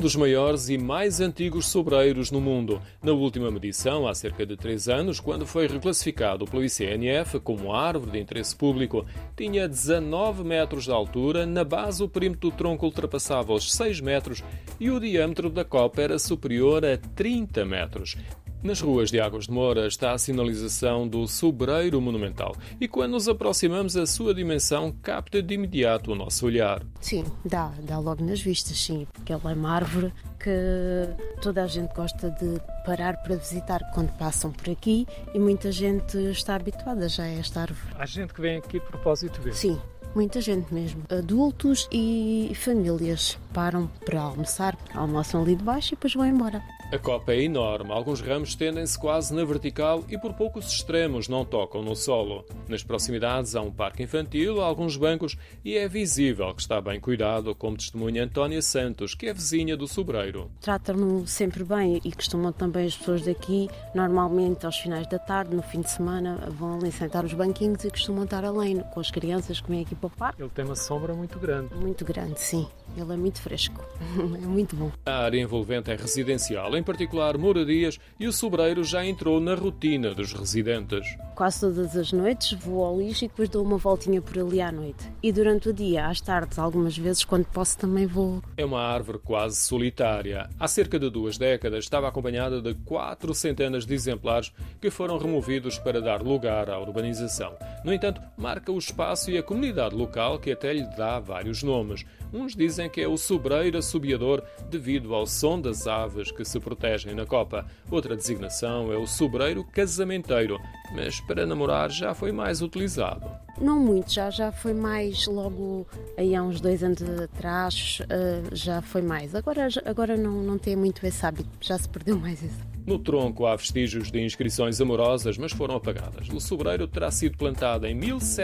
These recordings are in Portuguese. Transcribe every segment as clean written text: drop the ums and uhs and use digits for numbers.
dos maiores e mais antigos sobreiros no mundo. Na última medição, há cerca de 3 anos, quando foi reclassificado pelo ICNF como árvore de interesse público, tinha 19 metros de altura, na base o perímetro do tronco ultrapassava os 6 metros e o diâmetro da copa era superior a 30 metros. Nas ruas de Águas de Moura está a sinalização do sobreiro monumental e quando nos aproximamos a sua dimensão capta de imediato o nosso olhar. Sim, dá logo nas vistas, sim, porque ela é uma árvore que toda a gente gosta de parar para visitar quando passam por aqui e muita gente está habituada já a esta árvore. Há gente que vem aqui de propósito ver. Sim. Muita gente mesmo. Adultos e famílias param para almoçar, almoçam ali de baixo e depois vão embora. A copa é enorme, alguns ramos estendem-se quase na vertical e por poucos extremos não tocam no solo. Nas proximidades há um parque infantil, alguns bancos e é visível que está bem cuidado, como testemunha Antónia Santos, que é vizinha do sobreiro. Tratam-no sempre bem e costumam também as pessoas daqui, normalmente aos finais da tarde, no fim de semana, vão ali sentar os banquinhos e costumam estar além com as crianças que vêm aqui para o parque. Ele tem uma sombra muito grande. Muito grande, sim. Ele é muito fresco. É muito bom. A área envolvente é residencial, em particular moradias, e o sobreiro já entrou na rotina dos residentes. Quase todas as noites vou ao lixo e depois dou uma voltinha por ali à noite. E durante o dia, às tardes, algumas vezes, quando posso, também vou. É uma árvore quase solitária. Há cerca de 2 décadas estava acompanhada de 4 centenas de exemplares que foram removidos para dar lugar à urbanização. No entanto, marca o espaço e a comunidade local que até lhe dá vários nomes. Uns dizem que é o sobreiro assobiador devido ao som das aves que se protegem na copa. Outra designação é o sobreiro casamenteiro, mas para namorar já foi mais utilizado. Não muito, já foi mais logo aí há uns 2 anos atrás, já foi mais. Agora não tem muito esse hábito, já se perdeu mais isso. No tronco há vestígios de inscrições amorosas, mas foram apagadas. O sobreiro terá sido plantado em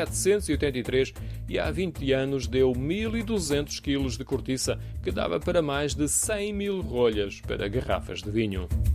1783 e há 20 anos deu 1.200 quilos de cortiça, que dava para mais de 100 mil rolhas para garrafas de vinho.